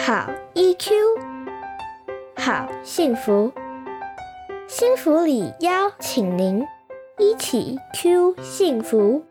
好 EQ， 好幸福，幸福里邀请您一起 Q 幸福。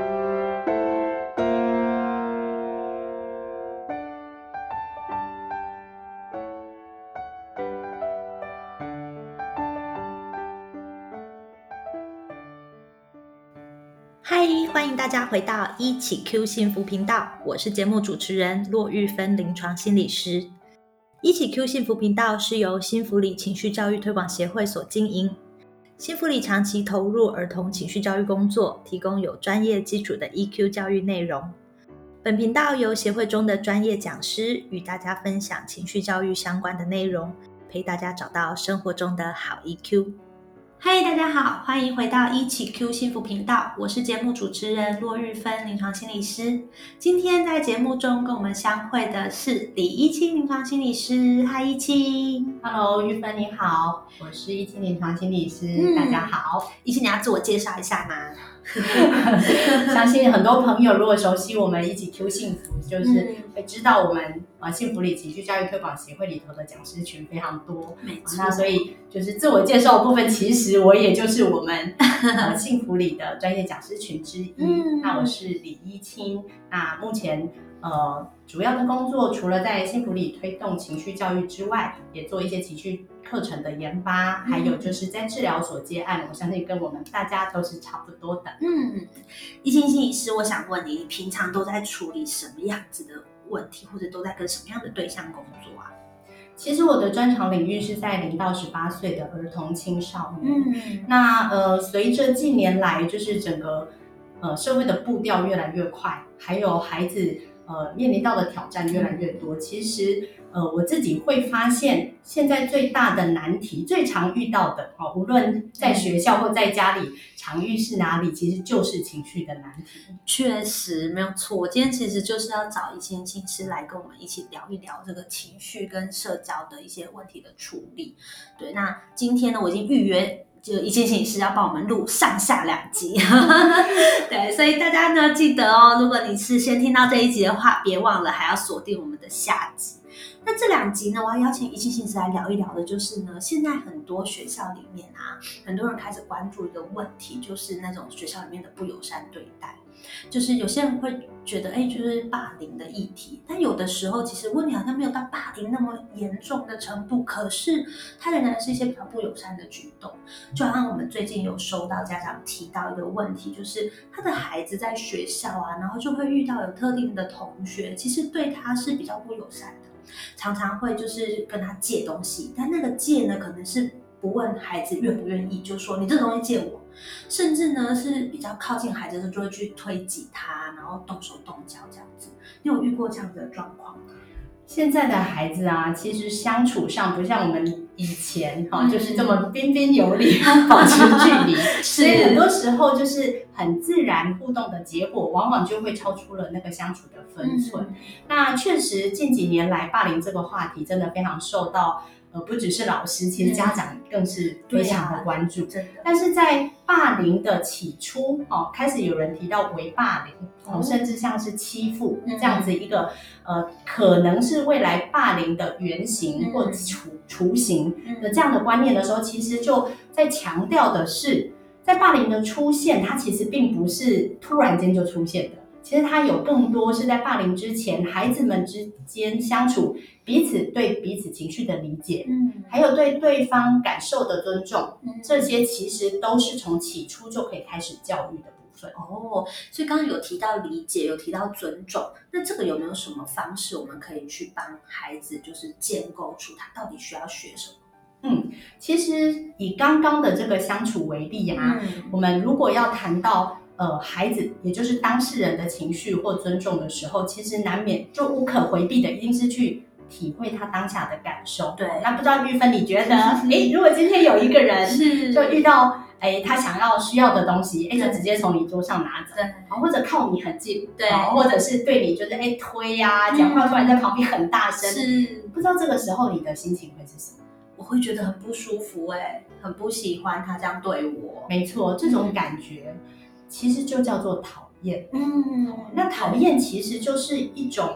嗨，欢迎大家回到一起 Q 幸福频道，我是节目主持人骆玉芬临床心理师。一起 Q 幸福频道是由幸福里情绪教育推广协会所经营，幸福里长期投入儿童情绪教育工作，提供有专业基础的 EQ 教育内容。本频道由协会中的专业讲师与大家分享情绪教育相关的内容，陪大家找到生活中的好 EQ。嗨，大家好，欢迎回到一起 Q 幸福频道，我是节目主持人骆玉芬临床心理师。今天在节目中跟我们相会的是李一清临床心理师。嗨，一清。 Hello， 玉芬你好，我是一清临床心理师，大家好。 一清，你要自我介绍一下吗？ 相信很多朋友如果熟悉我们一起 Q 幸福，就是会知道我们幸福里情绪教育推广协会里头的讲师群非常多， 没错。 那所以就是自我介绍的部分，其实我也就是我们幸福里的专业讲师群之一。那我是李一清，那目前主要的工作除了在幸福里推动情绪教育之外，也做一些情绪课程的研发，还有就是在治疗所接案，我相信跟我们大家都是差不多的。 一清心理师，我想问你，你平常都在处理什么样子的问题，或者都在跟什么样的对象工作啊？ 其实我的专长领域是在0到18岁的儿童青少年。那随着近年来就是整个社会的步调越来越快，还有孩子面临到的挑战越来越多，其实我自己会发现，现在最大的难题，最常遇到的无论在学校或在家里，常遇是哪里，其实就是情绪的难题。 确实没有错，今天其实就是要找一清心理师来跟我们一起聊一聊这个情绪跟社交的一些问题的处理。对，那今天呢，我已经预约就一清心理师要帮我们录上下2集对，所以大家呢记得哦，如果你是先听到这一集的话，别忘了还要锁定我们的下集。那这2集呢，我要邀请一清心理师来聊一聊的就是呢，现在很多学校里面啊，很多人开始关注一个问题，就是那种学校里面的不友善对待。就是有些人会觉得就是霸凌的议题，但有的时候其实问题好像没有到霸凌那么严重的程度，可是它仍然是一些比较不友善的举动。就好像我们最近有收到家长提到一个问题，就是他的孩子在学校啊，然后就会遇到有特定的同学，其实对他是比较不友善的，常常会就是跟他借东西，但那个借呢可能是不问孩子愿不愿意，就说你这东西借我，甚至呢是比较靠近孩子的时候就会去推挤他，然后动手动脚这样子。你有遇过这样子的状况吗？ 现在的孩子啊，其实相处上不像我们以前就是这么彬彬有礼保持距离所以很多时候就是很自然互动的结果，往往就会超出了那个相处的分寸。那确实近几年来霸凌这个话题真的非常受到不只是老师，其实家长更是非常的关注。但是在霸凌的起初开始有人提到微霸凌甚至像是欺负这样子一个可能是未来霸凌的原型或雏形的这样的观念的时候，其实就在强调的是，在霸凌的出现，它其实并不是突然间就出现的。其实它有更多是在霸凌之前，孩子们之间相处，彼此对彼此情绪的理解，还有对对方感受的尊重，这些其实都是从起初就可以开始教育的部分。 所以刚刚有提到理解，有提到尊重，那这个有没有什么方式我们可以去帮孩子就是建构出他到底需要学什么？ 其实以刚刚的这个相处为例啊，我们如果要谈到孩子也就是当事人的情绪或尊重的时候，其实难免就无可回避的一定是去体会他当下的感受。 对， 那不知道玉芬你觉得如果今天有一个人就遇到他想要需要的东西就直接从你桌上拿走，或者靠你很近， 对， 或者是对你就是推啊，讲话突然在旁边很大声，不知道这个时候你的心情会是什么？ 我会觉得很不舒服很不喜欢他这样对我。 没错，这种感觉其实就叫做讨厌。那讨厌其实就是一种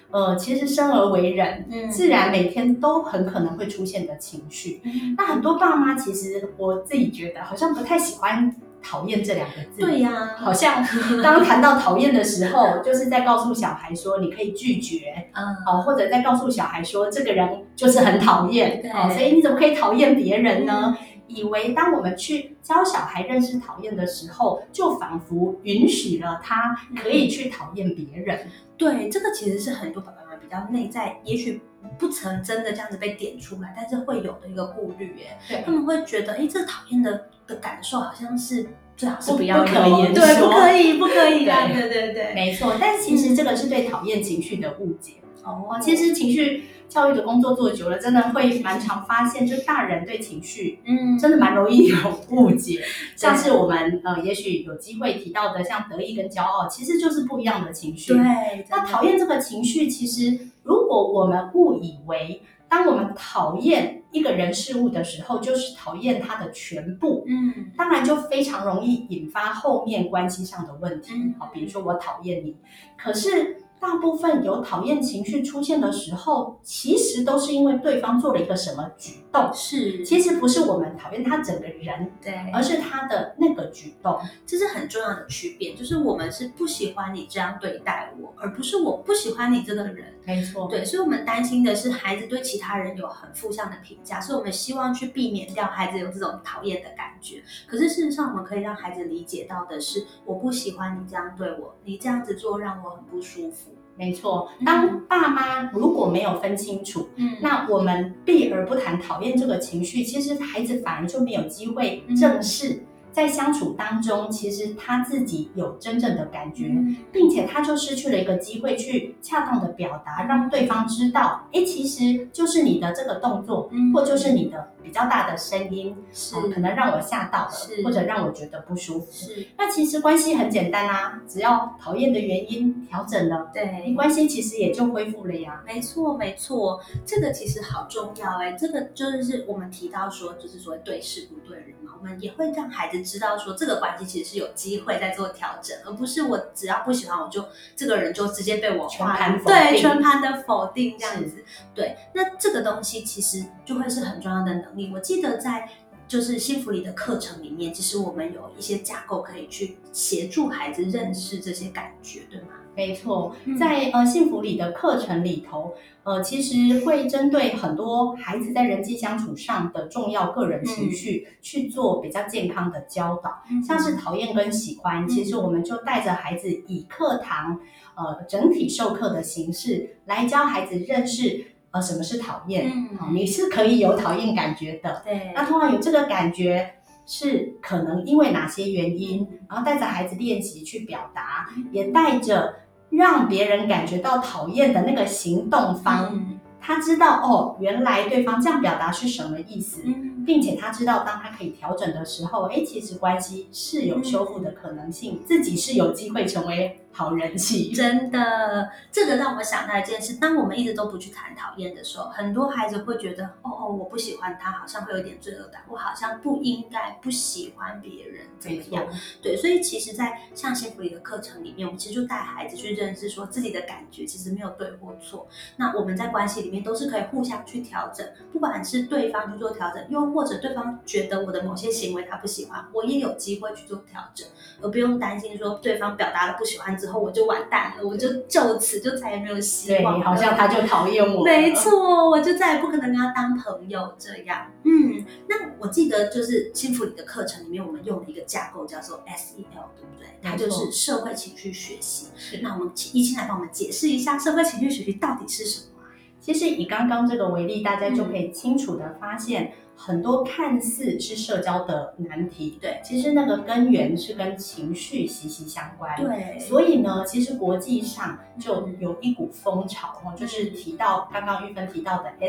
其实生而为人，自然每天都很可能会出现的情绪。那很多爸妈其实我自己觉得好像不太喜欢讨厌这2个字。 对呀， 好像当谈到讨厌的时候，就是在告诉小孩说你可以拒绝，或者在告诉小孩说这个人就是很讨厌，所以你怎么可以讨厌别人呢？以为当我们去教小孩认识讨厌的时候，就仿佛允许了他可以去讨厌别人。 对，这个其实是很多爸爸妈妈比较内在，也许不曾真的这样子被点出来，但是会有的一个顾虑耶。 对， 他们会觉得，这个讨厌的感受好像是最好是不要可言说，对， 不可以啊，对， 没错。但其实这个是对讨厌情绪的误解。其实情绪教育的工作做久了，真的会蛮常发现，就大人对情绪，真的蛮容易有误解。像是我们也许有机会提到的，像得意跟骄傲，其实就是不一样的情绪。 对， 那讨厌这个情绪，其实如果我们误以为，当我们讨厌一个人事物的时候，就是讨厌他的全部，当然就非常容易引发后面关系上的问题。比如说我讨厌你，可是大部分有讨厌情绪出现的时候，其实都是因为对方做了一个什么举动，其实不是我们讨厌他整个人， 对， 而是他的那个举动。 这是很重要的区别，就是我们是不喜欢你这样对待我，而不是我不喜欢你这个人。 没错， 对，所以我们担心的是孩子对其他人有很负向的评价，所以我们希望去避免掉孩子有这种讨厌的感觉。可是事实上，我们可以让孩子理解到的是，我不喜欢你这样对我，你这样子做让我很不舒服。 没错，当爸妈如果没有分清楚，那我们避而不谈讨厌这个情绪，其实孩子反而就没有机会正视，在相处当中，其实他自己有真正的感觉，并且他就失去了一个机会去恰当的表达，让对方知道，其实就是你的这个动作，或就是你的比较大的声音，可能让我吓到了，或者让我觉得不舒服。那其实关系很简单啊，只要讨厌的原因调整了，对，关系其实也就恢复了呀。 没错，没错，这个其实好重要这个就是我们提到说，就是所谓对事不对人嘛，我们也会让孩子知道说，这个关系其实是有机会在做调整，而不是我只要不喜欢我就这个人就直接被我全盘否定， 对，全盘的否定这样子。对，那这个东西其实就会是很重要的能力。我记得在就是幸福里的课程里面，其实我们有一些架构可以去协助孩子认识这些感觉，对吗？ 没错，在幸福里的课程里头，其实会针对很多孩子在人际相处上的重要个人情绪，去做比较健康的教导。像是讨厌跟喜欢，其实我们就带着孩子以课堂整体授课的形式来教孩子认识什么是讨厌。你是可以有讨厌感觉的， 对， 那通常有这个感觉是可能因为哪些原因，然后带着孩子练习去表达，也带着让别人感觉到讨厌的那个行动方，他知道原来对方这样表达是什么意思，并且他知道当他可以调整的时候，其实关系是有修复的可能性，自己是有机会成为好人气。 真的，这个让我想到一件事，当我们一直都不去谈讨厌的时候，很多孩子会觉得我不喜欢他，好像会有点罪恶感，我好像不应该不喜欢别人怎么样。对，所以其实在像幸福里的课程里面，我们其实就带孩子去认识说自己的感觉其实没有对或错，那我们在关系里面都是可以互相去调整，不管是对方去做调整，又或者对方觉得我的某些行为他不喜欢，我也有机会去做调整，而不用担心说对方表达了不喜欢之后我就完蛋了，我就就此就再也没有希望了， 对，好像他就讨厌我了。 没错，我就再也不可能跟他当朋友这样。那我记得就是幸福里的课程里面，我们用了一个架构叫做 SEL， 对不对？它就是社会情绪学习。那我们一起来帮我们解释一下社会情绪学习到底是什么？ 其实以刚刚这个为例，大家就可以清楚的发现，很多看似是社交的难题， 对， 其实那个根源是跟情绪息息相关。 对， 所以呢，其实国际上就有一股风潮，就是提到刚刚玉芬提到的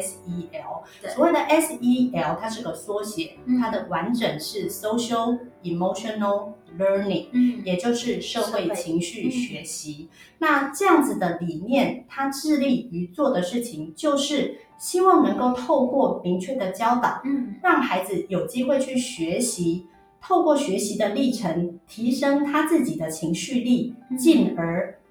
SEL。所谓的 SEL， 它是个缩写，它的完整是 Social Emotional Learning，也就是社会情绪学习。那这样子的理念，它致力于做的事情就是希望能够透过明确的教导，让孩子有机会去学习，透过学习的历程提升他自己的情绪力，进而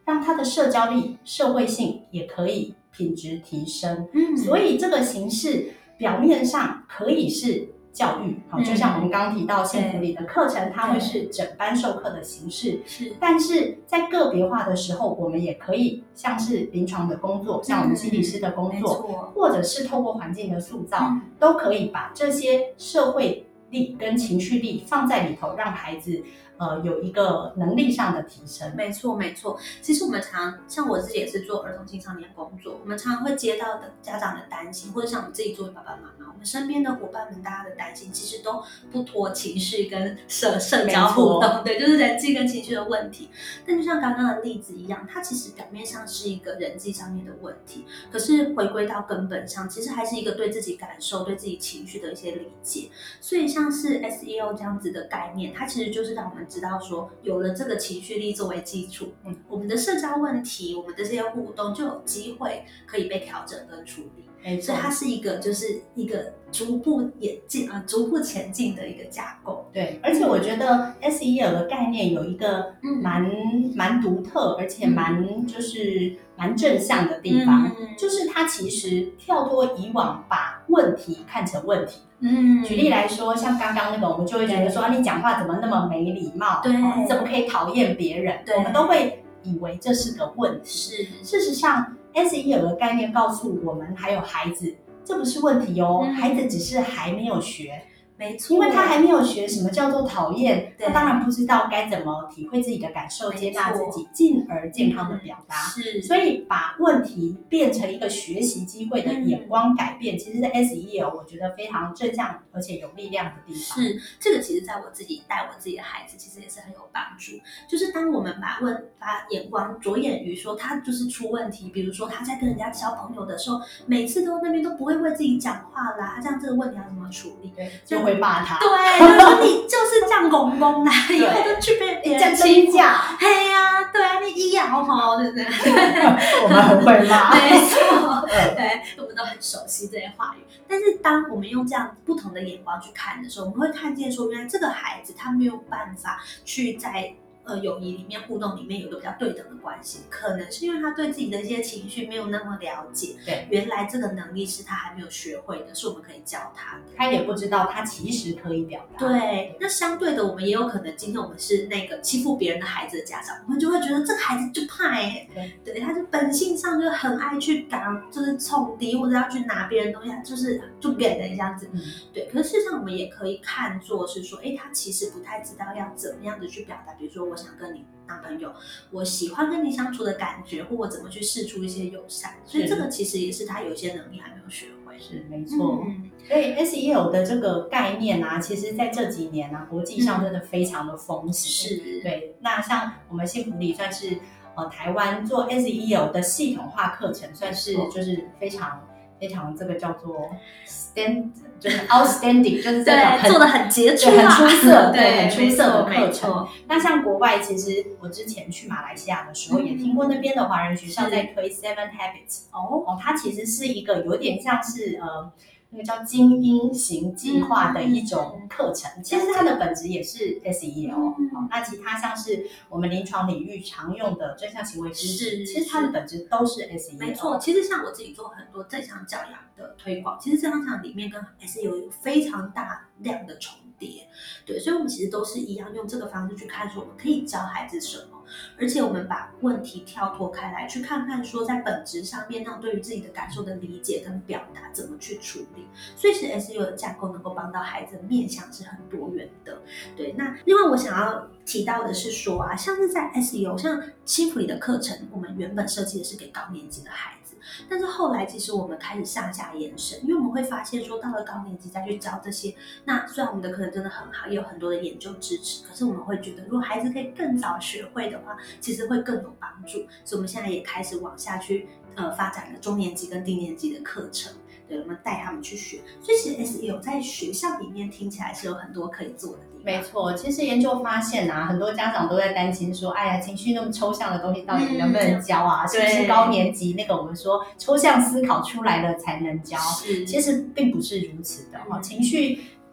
让他的社交力、社会性也可以品质提升。所以这个形式表面上可以是教育，就像我们刚刚提到幸福里的课程，它会是整班授课的形式，但是在个别化的时候，我们也可以像是临床的工作，像我们心理师的工作，或者是透过环境的塑造，都可以把这些社会力跟情绪力放在里头，让孩子有一个能力上的提升。 没错没错，其实我们常像我自己也是做儿童青少年工作，我们常常会接到的家长的担心，或者像我们自己作为爸爸妈妈，我们身边的伙伴们大家的担心其实都不脱情绪跟社交互动，对，就是人际跟情绪的问题。但就像刚刚的例子一样，它其实表面上是一个人际上面的问题，可是回归到根本上，其实还是一个对自己感受、对自己情绪的一些理解。所以像是 SEL 这样子的概念，它其实就是让我们知道说，有了这个情绪力作为基础，我们的社交问题，我们的这些互动就有机会可以被调整跟处理。所以它是一个就是一个逐步前进的一个架构。 对，而且我觉得 SEL 的概念有一个蛮独特，而且蛮正向的地方，就是它其实跳脱以往把问题看成问题。举例来说，像刚刚那个，我们就会觉得说，你讲话怎么那么没礼貌？对，你怎么可以讨厌别人？我们都会以为这是个问题。事实上 SEL 的概念告诉我们，还有孩子，这不是问题哦，孩子只是还没有学。 没错， 因为他还没有学什么叫做讨厌，他当然不知道该怎么体会自己的感受，接纳自己，进而健康的表达。所以把问题变成一个学习机会的眼光改变，其实在 SEL 我觉得非常正向而且有力量的地方。 是，这个其实在我自己带我自己的孩子，其实也是很有帮助。就是当我们把眼光着眼于说他就是出问题，比如说他在跟人家交朋友的时候，每次都那边都不会为自己讲话啦，他这样这个问题要怎么处理？ 就会骂他， 对，就说你就是这样公公啦，以后就去被别人欺负，嘿呀，对啊，你一样吼，对不对？ 我们很会骂， 没错，对，我们都很熟悉这些话语。但是当我们用这样不同的眼光去看的时候，我们会看见说，原来这个孩子他没有办法去在友谊里面互动里面有一个比较对等的关系，可能是因为他对自己的一些情绪没有那么了解，对，原来这个能力是他还没有学会的，是我们可以教他的， 他也不知道他其实可以表达。 对，那相对的，我们也有可能今天我们是那个欺负别人的孩子的家长，我们就会觉得这个孩子就怕对，他就本性上就很爱去就是冲敌或者要去拿别人东西，就给人这样子，对。可是事实上我们也可以看作是说，他其实不太知道要怎么样的去表达，比如说我想跟你当朋友，我喜欢跟你相处的感觉，或我怎么去释出一些友善，所以这个其实也是他有一些能力还没有学会。 是没错，所以 SEL 的这个概念啊，其实在这几年啊，国际上真的非常的风行。是，对。那像我们幸福里算是台湾做 SEL 的系统化课程，算是就是非常这个叫做就是 outstanding， 就是这个做的很杰出， 很出色，对，很出色的课程。那像国外，其实我之前去马来西亚的时候，也听过那边的华人学校在推 Seven Habits。它其实是一个有点像是那个叫精英型计划的一种课程，其实它的本质也是 SEL。那其他像是我们临床领域常用的正向行为知识，其实它的本质都是 SEL。 没错，其实像我自己做很多正向教养的推广，其实正向教养里面跟 SEL 有非常大量的重叠。对，所以我们其实都是一样用这个方式去看说我们可以教孩子什么，而且我们把问题跳脱开来，去看看说在本质上面，那种对于自己的感受的理解跟表达怎么去处理。所以其实 SEL 的架构能够帮到孩子的面向是很多元的。对，那另外我想要提到的是说啊，像是在 SEL 像幸福里的课程，我们原本设计的是给高年级的孩子，但是后来其实我们开始向下延伸，因为我们会发现说到了高年级再去教这些，那虽然我们的课程真的很好，也有很多的研究支持，可是我们会觉得如果孩子可以更早学会的话，其实会更有帮助。所以我们现在也开始往下去发展了中年级跟低年级的课程，对，我们带他们去学。所以其实 SEL 在学校里面听起来是有很多可以做的地方。 没错，其实研究发现啊，很多家长都在担心说，哎呀，情绪那么抽象的东西到底能不能教啊？是不是高年级那个我们说抽象思考出来了才能教？其实并不是如此的。情绪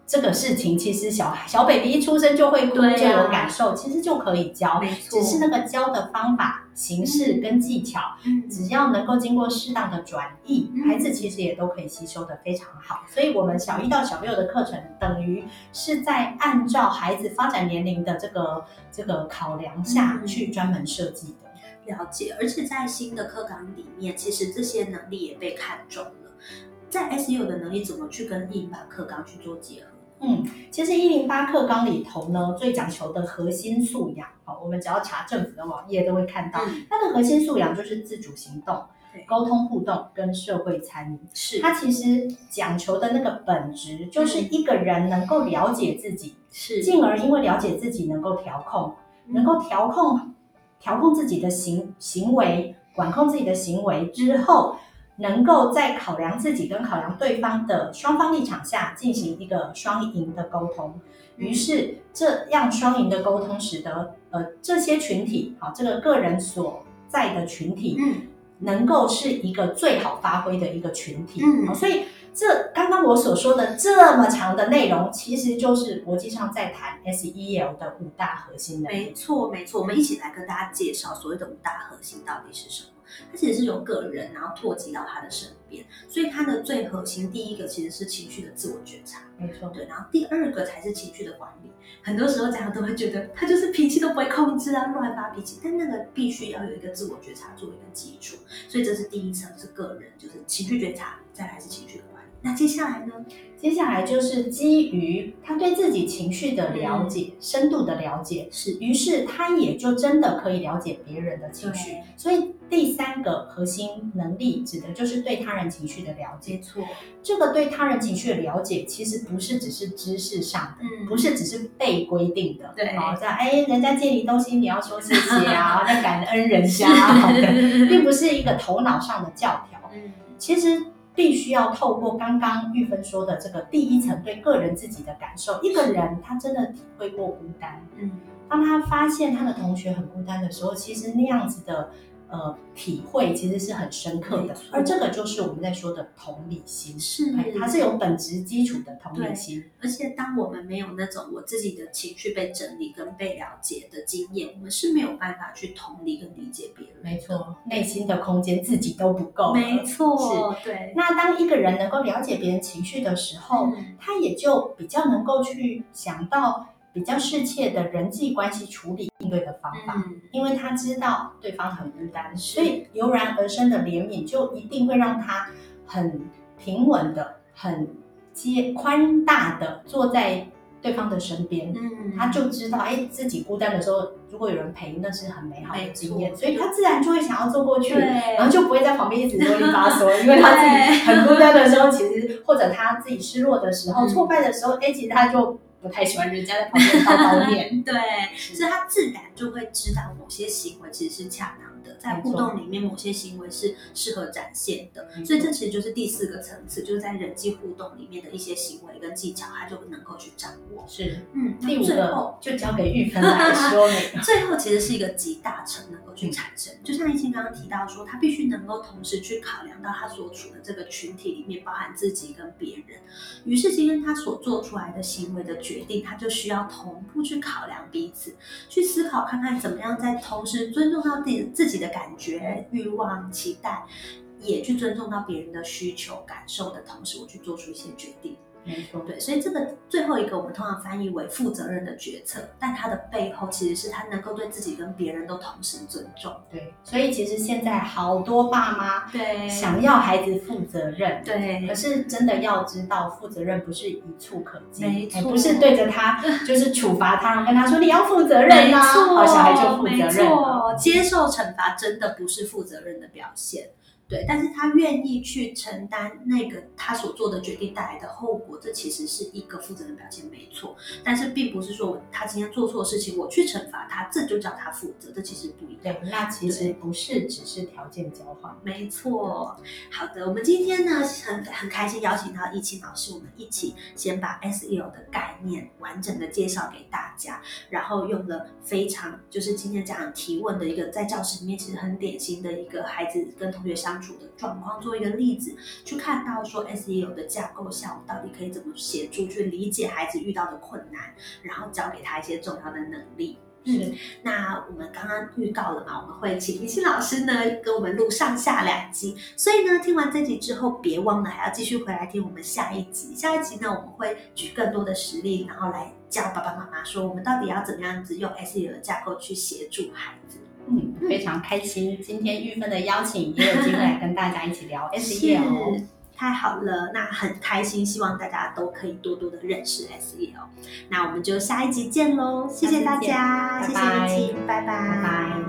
这个事情其实小 baby 一出生就会哭，就有感受，其实就可以教，只是那个教的方法、形式跟技巧，只要能够经过适当的转译，孩子其实也都可以吸收的非常好。所以我们小1到小6的课程，等于是在按照孩子发展年龄的这个考量下去专门设计的。 了解，而且在新的课纲里面，其实这些能力也被看重了。在 SEL 的能力怎么去跟108课纲去做结合？ 其实108课纲里头呢，最讲求的核心素养，我们只要查政府的网页都会看到，它的核心素养就是自主行动、沟通互动跟社会参与。 是， 它其实讲求的那个本质，就是一个人能够了解自己， 是， 进而因为了解自己能够调控，能够调控自己的行为，管控自己的行为之后，能够在考量自己跟考量对方的双方立场下进行一个双赢的沟通。于是这样双赢的沟通使得这些群体，这个个人所在的群体，能够是一个最好发挥的一个群体。所以这刚刚我所说的这么长的内容，其实就是国际上在谈 SEL 的5大核心能力。 没错，我们一起来跟大家介绍所谓的5大核心到底是什么。它其实是由个人然后拓及到他的身边，所以它的最核心第一个其实是情绪的自我觉察， 没错， 对，然后第2个才是情绪的管理。很多时候家长都会觉得他就是脾气都不会控制啊，乱发脾气，但那个必须要有一个自我觉察作为一个基础，所以这是第一层，是个人，就是情绪觉察，再来是情绪的管理。那接下来呢？ 接下来就是基于他对自己情绪的了解，深度的了解，于是他也就真的可以了解别人的情绪。所以第3个核心能力指的就是对他人情绪的了解。 没错， 这个对他人情绪的了解，其实不是只是知识上的，不是只是被规定的。 对， 人家借你东西你要说谢谢啊，要感恩人家啊，并不是一个头脑上的教条。其实必须要透过刚刚玉芬说的这个第1层对个人自己的感受，一个人他真的体会过孤单，当他发现他的同学很孤单的时候，其实那样子的体会其实是很深刻的，而这个就是我们在说的同理心，它是有本质基础的同理心。 而且当我们没有那种我自己的情绪被整理跟被了解的经验，我们是没有办法去同理跟理解别人。 没错，内心的空间自己都不够。 没错，对。 那当一个人能够了解别人情绪的时候，他也就比较能够去想到比较适切的人际关系处理应对的方法，因为他知道对方很孤单，所以油然而生的怜悯就一定会让他很平稳的、很宽大的坐在对方的身边，他就知道自己孤单的时候如果有人陪，那是很美好的经验，所以他自然就会想要坐过去，然后就不会在旁边一直啰里吧嗦，因为他自己很孤单的时候，其实或者他自己失落的时候、挫败的时候，其实他就不太喜欢人家在旁边叨叨念。 对，所以他自然就会知道某些行为其实是恰当的，在互动里面某些行为是适合展现的，所以这其实就是第4个层次，就是在人际互动里面的一些行为跟技巧，他就能够去掌握。 是，第5个就交给玉芬来说明。 最后其实是一个集大成能够去产生，就像一心刚刚提到说，他必须能够同时去考量到他所处的这个群体里面包含自己跟别人，于是今天他所做出来的行为的决定，他就需要同步去考量彼此，去思考看看怎么样在同时尊重到自己的感觉、欲望、期待，也去尊重到别人的需求、感受的同时，我去做出一些决定。 没错， 对，所以这个最后一个我们通常翻译为负责任的决策，但它的背后其实是他能够对自己跟别人都同时尊重。 对，所以其实现在好多爸妈想要孩子负责任， 对， 可是真的要知道，负责任不是一触可及， 没错， 不是对着他就是处罚他，然后跟他说你要负责任啊，好，小孩就负责任。 没错，接受惩罚真的不是负责任的表现。对，但是他愿意去承担那个他所做的决定带来的后果，这其实是一个负责任表现，没错。但是并不是说他今天做错事情，我去惩罚他，这就叫他负责，这其实不一样。 对，那其实不是只是条件交换。 没错。好的，我们今天呢很开心邀请到一清老师，我们一起先把 SEL 的概念完整的介绍给大家，然后用了非常就是今天家长提问的一个在教室里面其实很典型的一个孩子跟同学相相处的状况做一个例子，去看到说 SEL 的架构下，我们到底可以怎么协助去理解孩子遇到的困难，然后教给他一些重要的能力。那我们刚刚预告了嘛，我们会请怡欣老师呢跟我们录上下2集，所以呢听完这集之后，别忘了还要继续回来听我们下一集。下一集呢，我们会举更多的实例，然后来教爸爸妈妈说，我们到底要怎么样子用 SEL 的架构去协助孩子。 非常开心，今天玉芬的邀请也有机会来跟大家一起聊 SEL。 太好了，那很开心，希望大家都可以多多的认识 SEL。那我们就下一集见喽，谢谢大家，谢谢怡欣，拜拜。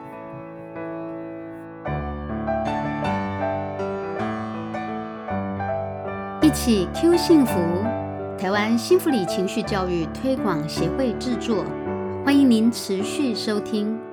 一起 Q 幸福，台湾幸福里情绪教育推广协会制作，欢迎您持续收听。